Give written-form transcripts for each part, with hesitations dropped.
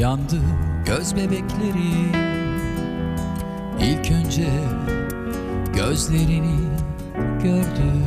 yandı göz bebekleri. İlk önce gözlerini gördüm.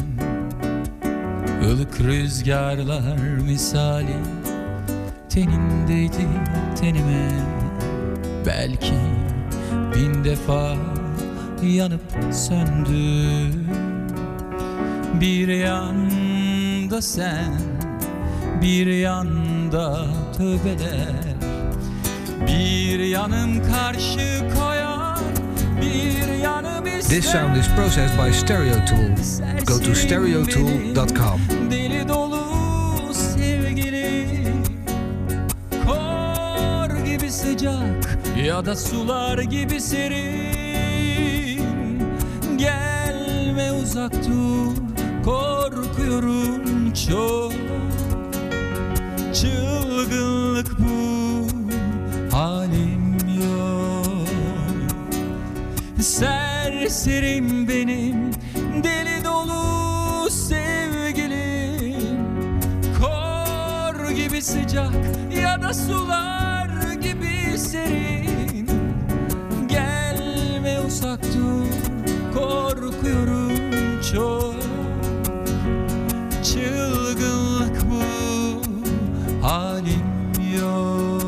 Ilık rüzgarlar misali tenindeydi tenime. Belki 1000 defa yanıp söndü. Bir yanda sen, bir yanda tövbeler. Bir yanım karşı koyar, bir yanım ister. This sound is processed by Stereotool. Go to stereotool.com. Deli dolu sevgili, kor gibi sıcak ya da sular gibi serin. Gelme uzak dur, korkuyorum çok. Çılgınlık bu, halim yok. Serserim benim, deli dolu sevgilim. Kor gibi sıcak ya da sular gibi serin. Gelme uzak dur, korkuyorum çok. Çılgınlık bu, halim yok.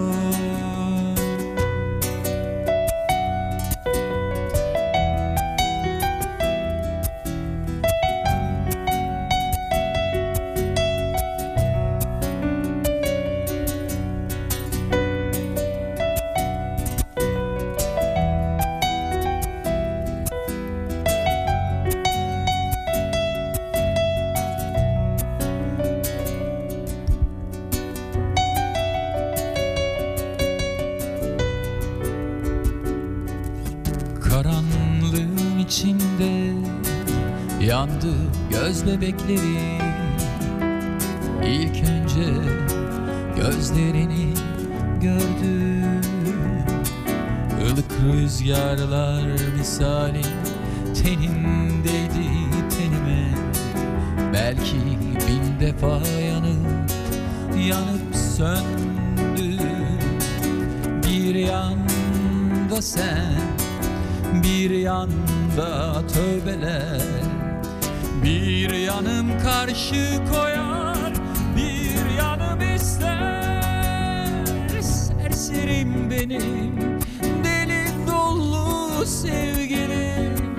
Karanlığın içinde yandı göz bebekleri. İlk önce gözlerini gördüm. Ilık rüzgarlar misali tenindeydi tenime. Belki 1000 defa yanıp söndü. Bir yanda sen, bir yanda tövbeler. Bir yanım karşı koyar, bir yanım ister. Serserim benim, deli dolu sevgilim.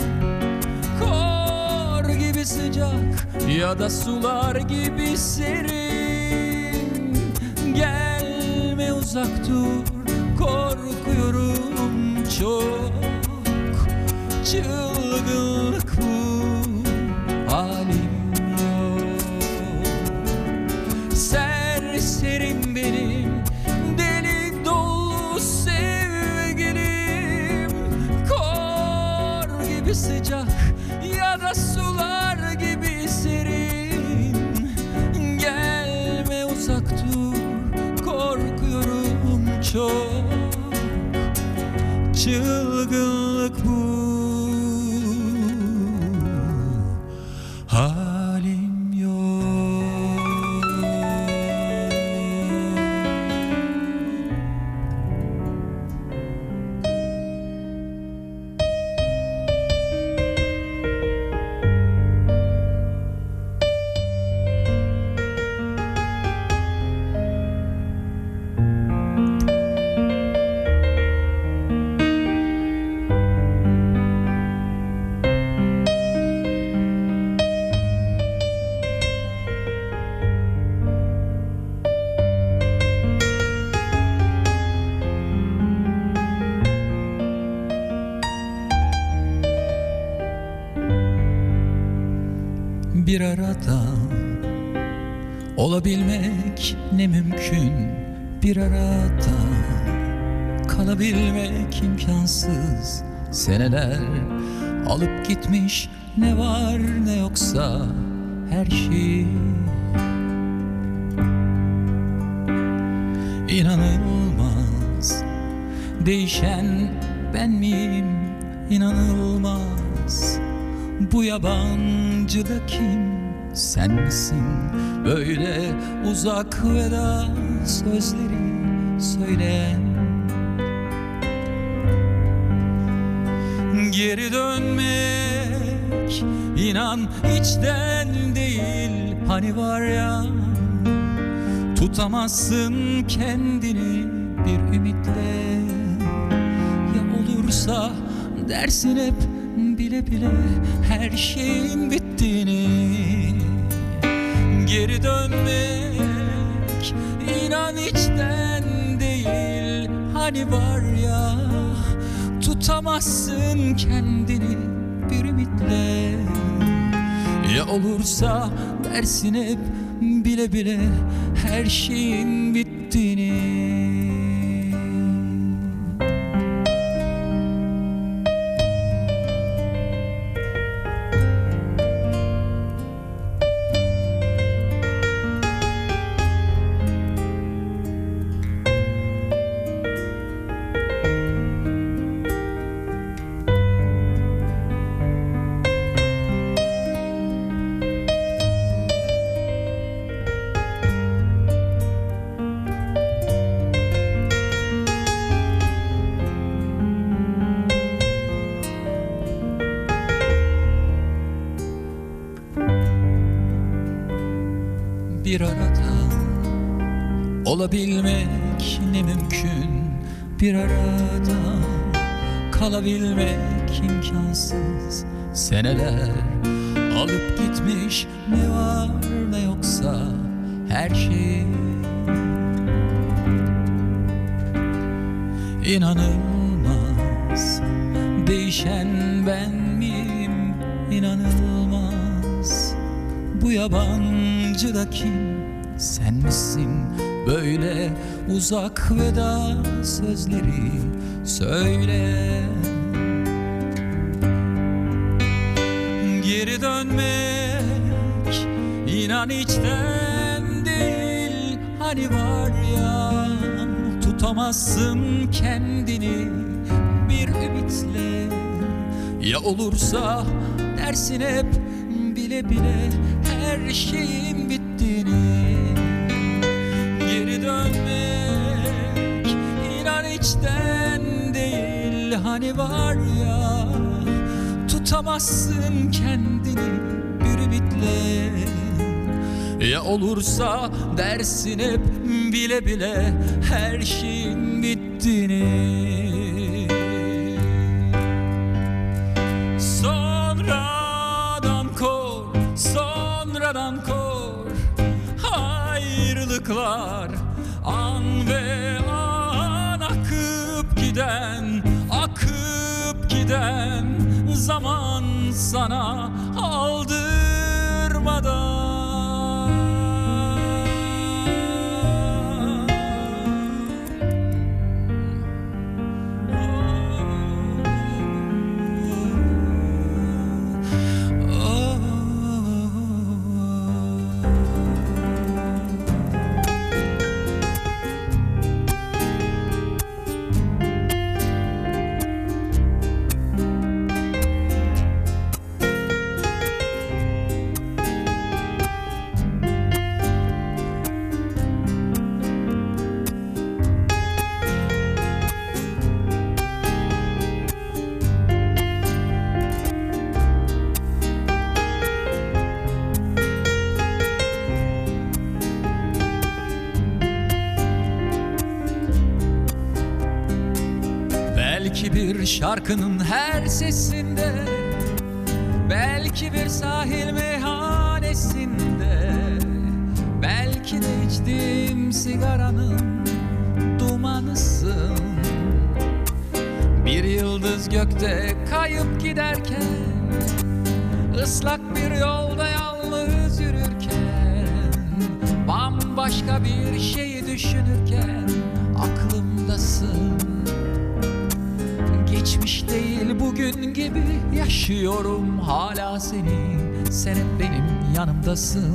Kor gibi sıcak ya da sular gibi serin. Gelme uzak dur, korkuyorum çok. Çılgınlık bu, halim yok. Serserim benim, deli dolu sevgilim. Kor gibi sıcak ya da sular gibi serin. Gelme uzak dur, korkuyorum çok. Çılgınlık bu, halim yok. Bir arada olabilmek ne mümkün. Bir arada kalabilmek imkansız. Seneler alıp gitmiş ne var ne yoksa her şey. İnanılmaz, değişen ben miyim? İnanılmaz, bu yabancı da kim? Sen misin böyle uzak veda sözleri söyleyen. Geri dönmek inan içten değil. Hani var ya, tutamazsın kendini bir ümitle. Ya olursa dersin hep bile bile her şeyin bittiğini. Geri dönmek inan içten değil. Hani var ya, tutamazsın kendini bir ümitle. Ya olursa dersin hep bile bile her şeyin bittiğini. Bir arada olabilmek ne mümkün, bir arada kalabilmek imkansız. Seneler alıp gitmiş ne var ne yoksa her şey. İnanılmaz, değişen ben miyim? İnanılmaz, bu yabancı da kim? Sen misin böyle uzak veda sözleri söyle. Geri dönmek inan içten değil. Hani var ya, tutamazsın kendini bir ümitle. Ya olursa dersin hep bile bile her şeyin bittiğini. Geri dönmek inan içten değil. Hani var ya, tutamazsın kendini bir ümitle. Ya olursa dersin hep bile bile her şeyin bittiğini. Sonradan kor ayrılıklar, an ve an akıp giden zaman sana aldırmadan. Belki bir şarkının her sesinde, belki bir sahil meyhanesinde, belki de içtiğim sigaranın dumanısın. Bir yıldız gökte kayıp giderken, ıslak bir yolda yalnız yürürken, bambaşka bir şeyi düşünürken aklımdasın. Geçmiş değil bugün gibi yaşıyorum hala seni. Sen hep benim yanımdasın.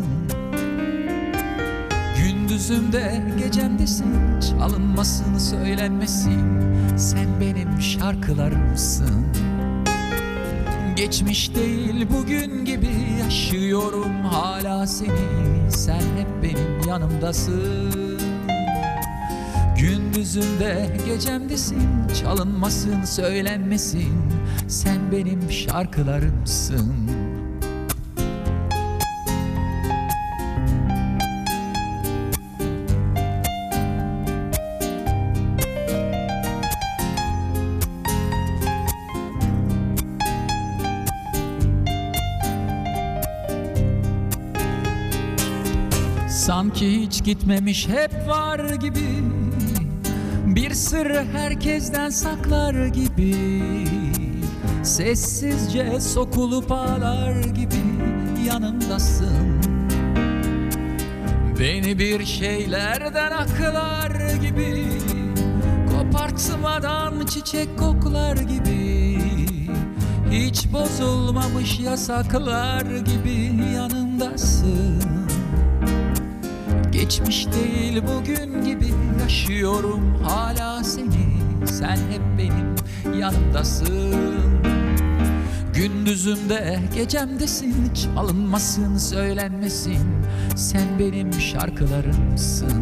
Gündüzümde gecemdesin. Çalınmasın söylenmesin. Sen benim şarkılarımsın. Geçmiş değil bugün gibi yaşıyorum hala seni. Sen hep benim yanımdasın. Gündüzümde gecemdesin, çalınmasın söylenmesin, sen benim şarkılarımsın. Sanki hiç gitmemiş, hep var gibi, bir sırrı herkesten saklar gibi, sessizce sokulup ağlar gibi yanımdasın. Beni bir şeylerden aklar gibi, kopartmadan çiçek koklar gibi, hiç bozulmamış yasaklar gibi yanımdasın. Geçmiş değil bugün gibi yaşıyorum hala seni, sen hep benim yanımdasın. Gündüzümde gecemdesin, çalınmasın söylenmesin, sen benim şarkılarımsın.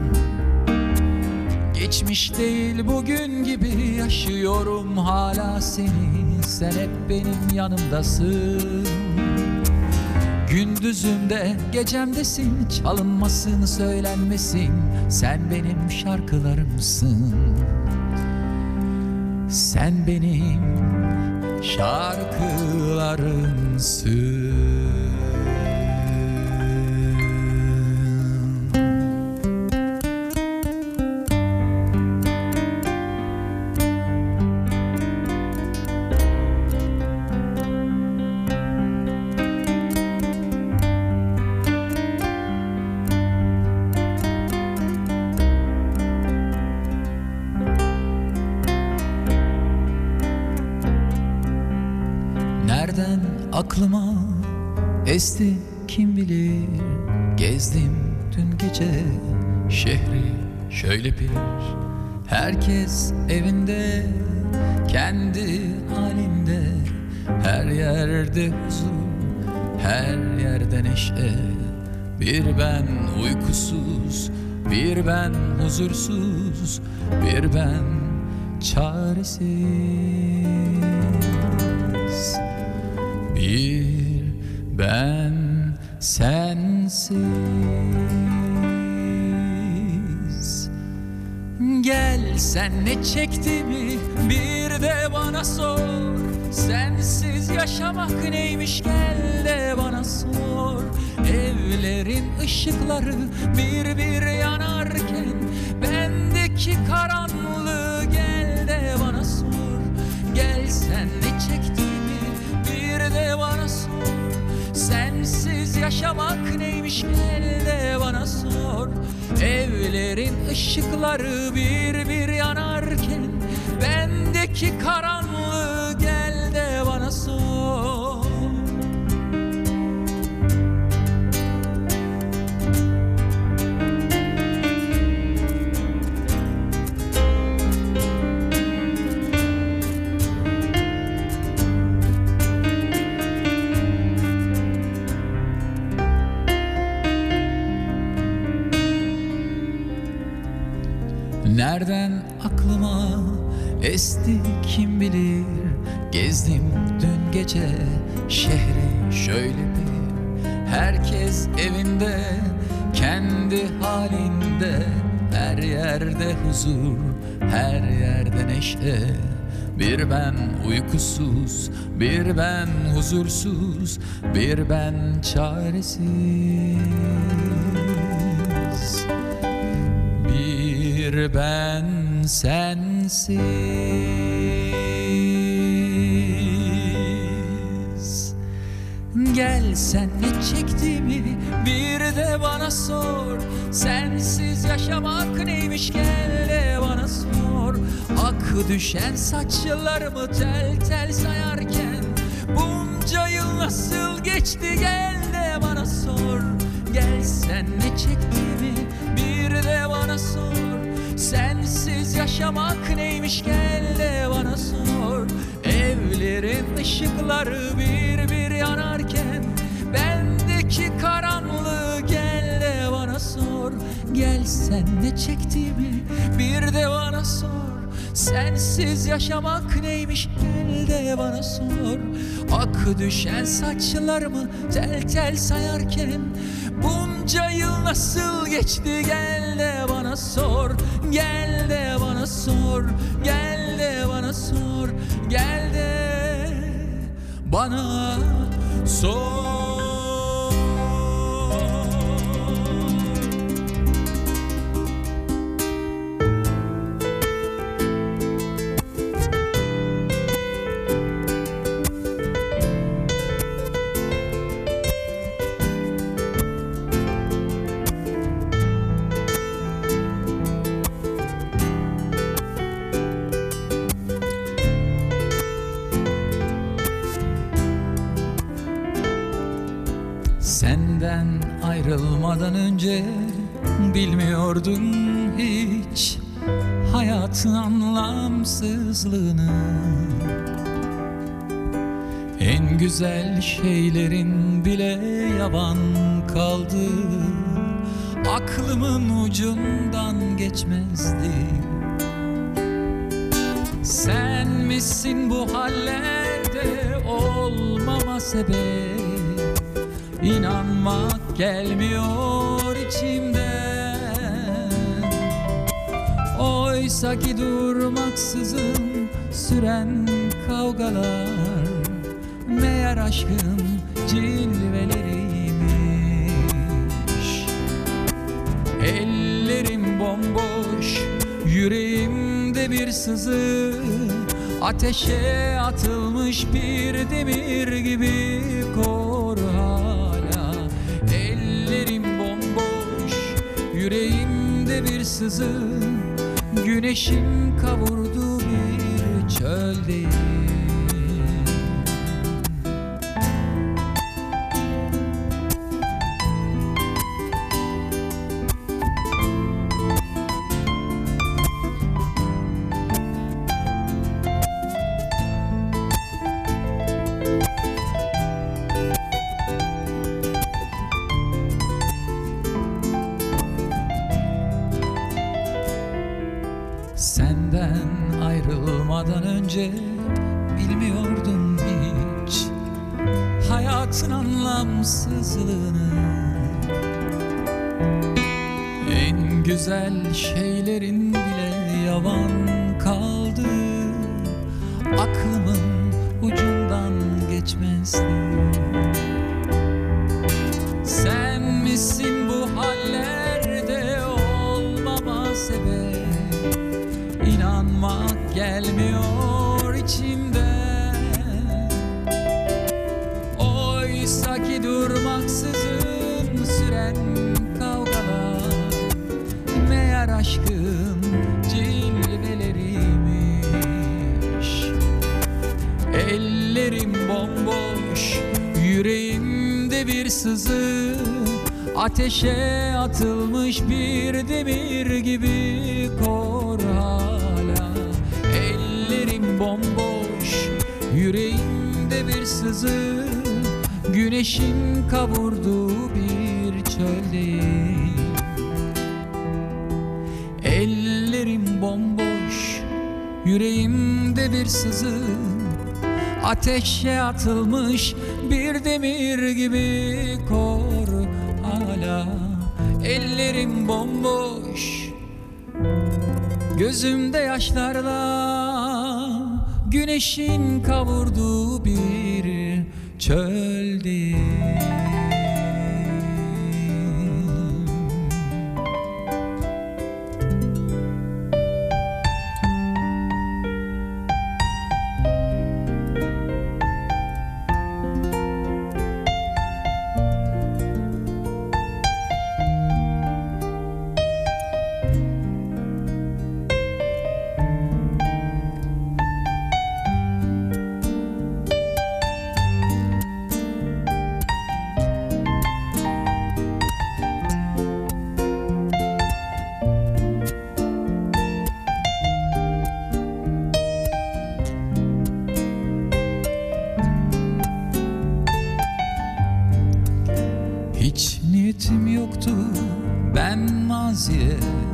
Geçmiş değil bugün gibi yaşıyorum hala seni, sen hep benim yanımdasın. Gündüzümde gecemdesin, çalınmasın söylenmesin, sen benim şarkılarımsın. Sen benim şarkılarımsın. Nereden aklıma esti kim bilir, gezdim dün gece şehri şöyle bir. Herkes evinde, kendi halinde, her yerde huzur, her yerde neşe. Bir ben uykusuz, bir ben huzursuz, bir ben çaresiz, bir ben sensiz. Gel sen ne çektiğimi bir de bana sor, sensiz yaşamak neymiş gel de bana sor. Evlerin ışıkları bir bir yanarken bendeki karanlığı gel de bana sor. Gel sen ne çektiğimi bir de bana sor, sensiz yaşamak neymiş gel de bana sor. Evlerin ışıkları bir bir yanarken bendeki karanlığı gel de bana sor. Nereden aklıma esti kim bilir, gezdim dün gece şehri şöyle bir. Herkes evinde, kendi halinde, her yerde huzur, her yerde neşe. Bir ben uykusuz, bir ben huzursuz, bir ben çaresiz, bir ben sensiz. Gel sen ne çektiğimi bir de bana sor, sensiz yaşamak neymiş gel de bana sor. Ak düşen saçlarımı tel tel sayarken bunca yıl nasıl geçti gel de bana sor. Gel sen ne çektiğimi bir de bana sor, sensiz yaşamak neymiş gel de bana sor. Evlerin ışıkları bir bir yanarken bendeki karanlığı gel de bana sor. Gel sen Gelsen ne çektiğimi bir de bana sor. Sensiz yaşamak neymiş gel de bana sor. Akı düşen saçlarımı tel tel sayarken bunca yıl nasıl geçti gel de bana sor. Gel de bana sor, gel de bana sor, gel de bana sor. Senden ayrılmadan önce bilmiyordum hiç hayatın anlamsızlığını. En güzel şeylerin bile yavan kaldı, aklımın ucundan geçmezdi. Sen misin bu hallerde olmama sebep? İnanmak gelmiyor içimden. Oysa ki durmaksızın süren kavgalar meğer aşkın cilveleriymiş. Ellerim bomboş, yüreğimde bir sızı, ateşe atılmış bir demir gibi kor hala. Ellerim bomboş, yüreğimde bir sızı, güneşin kavurduğu bir çöldeyim. Senden ayrılmadan önce bilmiyordum hiç hayatın anlamsızlığını. En güzel şeylerin bile yavan kaldı, aklımın ucundan geçmezdi. Sen misin bu hallerde olmama sebep? İnanmak gelmiyor içimden. Oysa ki durmaksızın süren kavgalar meğer aşkın cilveleriymiş. Ellerim bomboş, yüreğimde bir sızı, ateşe atılmış bir demir gibi kor hala. Ellerim bomboş, yüreğimde bir sızı, güneşin kavurduğu bir çöldeyim. Ellerim bomboş, yüreğimde bir sızı, ateşe atılmış bir demir gibi kor hala. Ellerim bomboş, gözümde yaşlarla, güneşin kavurduğu bir çöldeyim. Hiç niyetim yoktu ben maziye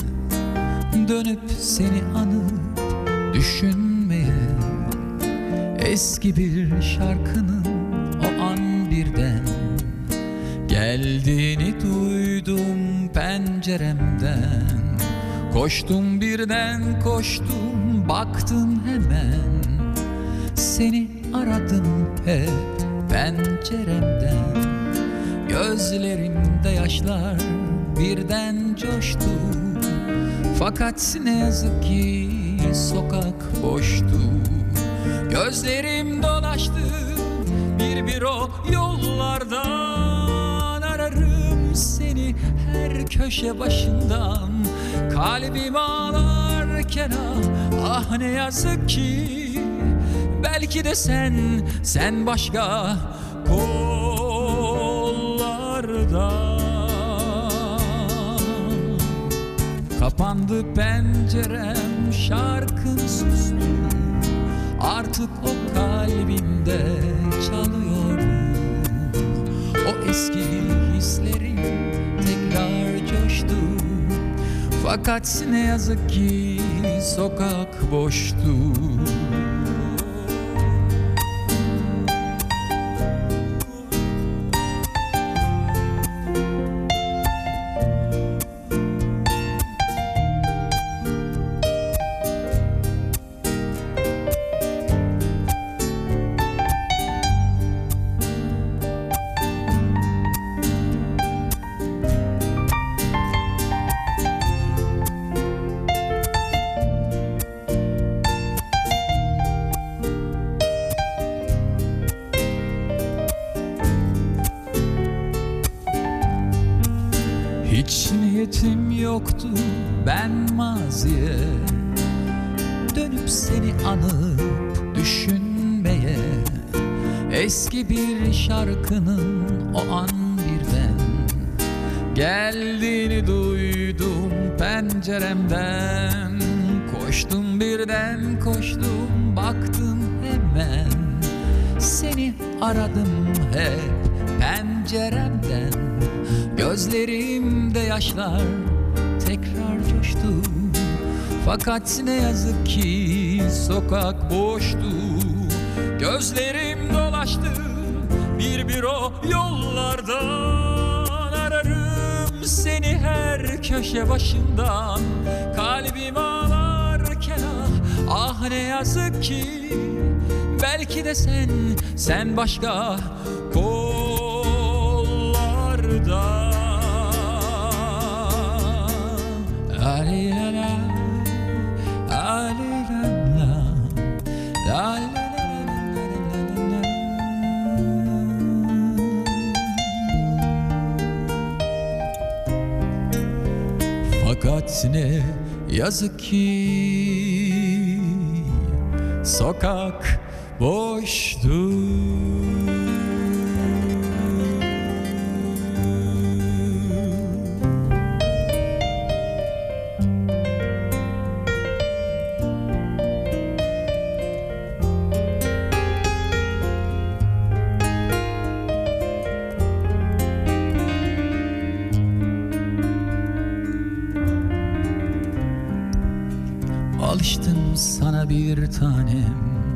Dönüp seni anıp düşünmeye, eski bir şarkının o an birden geldiğini duydum penceremden. Koştum birden koştum, baktım hemen, seni aradım hep penceremden. Gözlerimde yaşlar birden coştu, fakat ne yazık ki sokak boştu. Gözlerim dolaştı bir o yollardan, ararım seni her köşe başından. Kalbim ağlarken ah ne yazık ki, belki de sen başka kollarda. Kapandı pencerem, şarkın sustu, artık o kalbimde çalıyor. O eski hislerim tekrar coştu, fakat ne yazık ki sokak boştu. Hiç niyetim yoktu ben maziye, dönüp seni anıp düşünmeye, eski bir şarkının o an birden geldiğini duydum penceremden. Koştum birden koştum, baktım hemen, seni aradım hep penceremden. Gözlerimde yaşlar tekrar coştu, fakat ne yazık ki sokak boştu. Gözlerim dolaştı bir o yollardan, ararım seni her köşe başından. Kalbim ağlarken ah ne yazık ki, belki de sen başka kollarda. Fakat ne yazık ki sokak boştu. Alıştım sana bir tanem,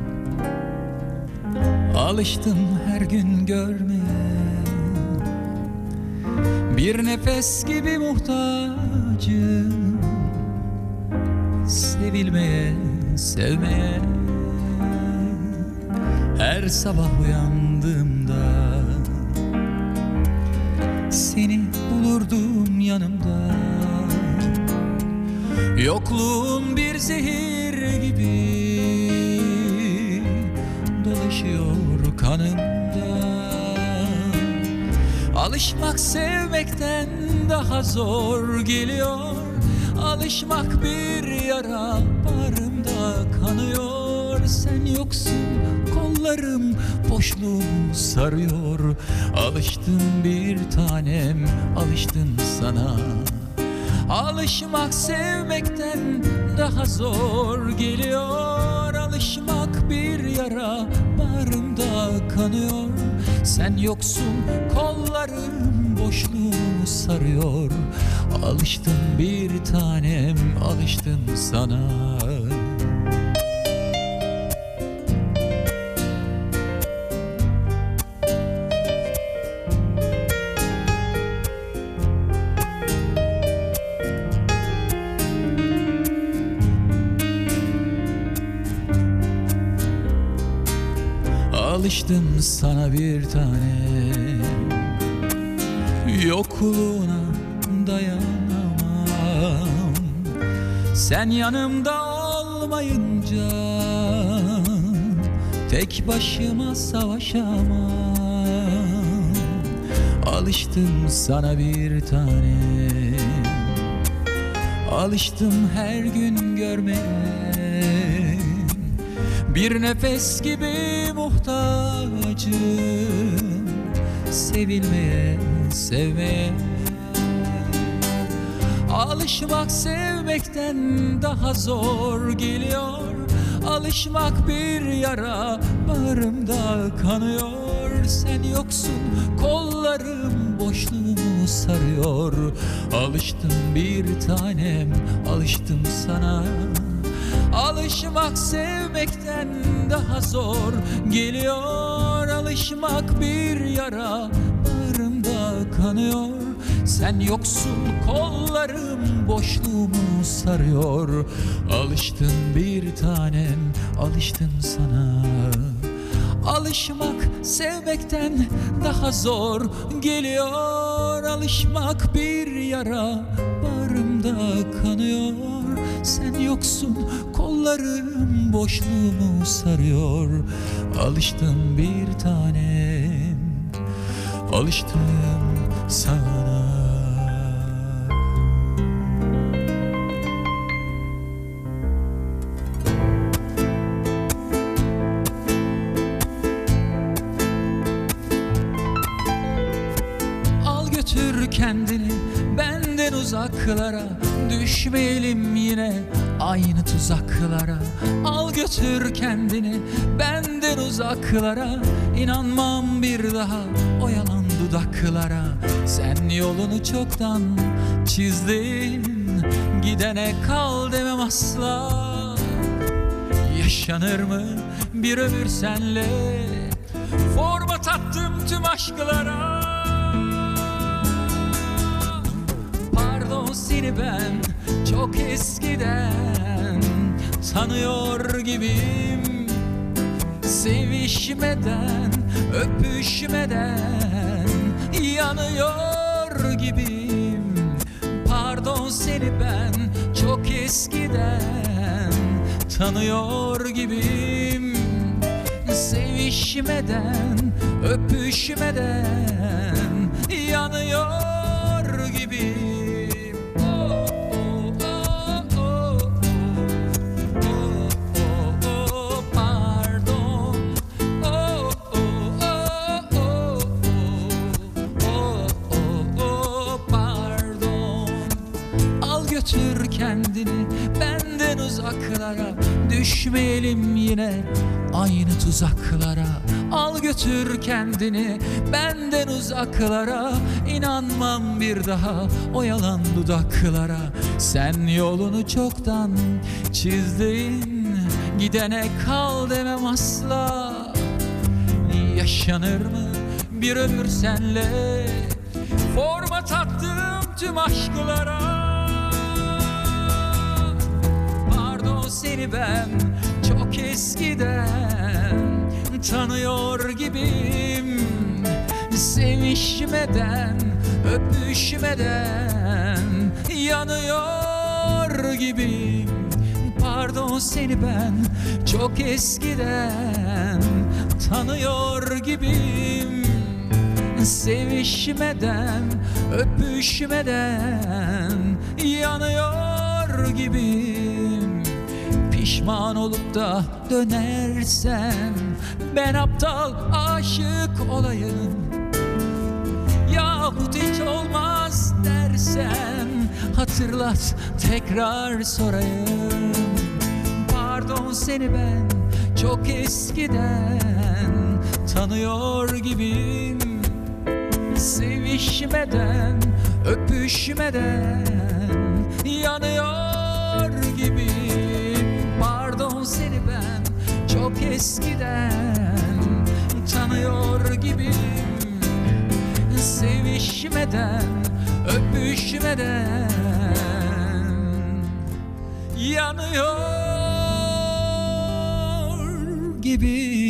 alıştım her gün görmeye, bir nefes gibi muhtacım sevilmeye, sevmeye. Her sabah uyandığımda seni bulurdum yanımda. Yokluğun bir zehir gibi dolaşıyor kanımda. Alışmak sevmekten daha zor geliyor. Alışmak bir yara bağrımda kanıyor. Sen yoksun, kollarım boşluğumu sarıyor. Alıştım bir tanem, alıştım sana. Alışmak sevmekten daha zor geliyor. Alışmak bir yara bağrımda kanıyor. Sen yoksun, kollarım boşluğumu sarıyor. Alıştım bir tanem, alıştım sana. Alıştım sana bir tanem, yokluğuna dayanamam. Sen yanımda olmayınca tek başıma savaşamam. Alıştım sana bir tanem, alıştım her gün görmeye. Bir nefes gibi muhtacım sevilmeye, sevmeye. Alışmak sevmekten daha zor geliyor. Alışmak bir yara, bağrımda kanıyor. Sen yoksun, kollarım boşluğumu sarıyor. Alıştım bir tanem, alıştım sana. Alışmak sevmekten daha zor geliyor. Alışmak bir yara, bağrımda kanıyor. Sen yoksun, kollarım boşluğumu sarıyor. Alıştım bir tanem, alıştım sana. Alışmak sevmekten daha zor geliyor. Alışmak bir yara, bağrımda kanıyor. Sen yoksun, kollarım boşluğumu sarıyor. Alıştım bir tanem, alıştım sana. Al götür kendini benden uzaklara, düşmeyelim yine aynı tuzaklara. Al götür kendini benden uzaklara, İnanmam bir daha o yalan dudaklara. Sen yolunu çoktan çizdin, gidene kal demem asla. Yaşanır mı bir ömür senle, format attım tüm aşklara. Pardon seni ben çok eskiden tanıyor gibiyim. Sevişmeden, öpüşmeden yanıyor gibiyim. Pardon seni ben çok eskiden tanıyor gibiyim. Sevişmeden, öpüşmeden yanıyor gibiyim. Götür kendini benden uzaklara, düşmeyelim yine aynı tuzaklara. Al götür kendini benden uzaklara, İnanmam bir daha o yalan dudaklara. Sen yolunu çoktan çizdin, gidene kal demem asla. Yaşanır mı bir ömür senle, format attım tüm aşklara. Seni ben çok eskiden tanıyor gibiyim. Sevişmeden, öpüşmeden yanıyor gibiyim. Pardon seni ben çok eskiden tanıyor gibiyim. Sevişmeden, öpüşmeden yanıyor gibiyim. Pişman olup da dönersem, ben aptal aşık olayım. Yahut hiç olmaz dersem, hatırlat tekrar sorayım. Pardon seni ben çok eskiden tanıyor gibiyim. Sevişmeden, öpüşmeden yanıyor gibiyim. Pardon, seni ben çok eskiden tanıyor gibiyim. Sevişmeden, öpüşmeden yanıyor gibi.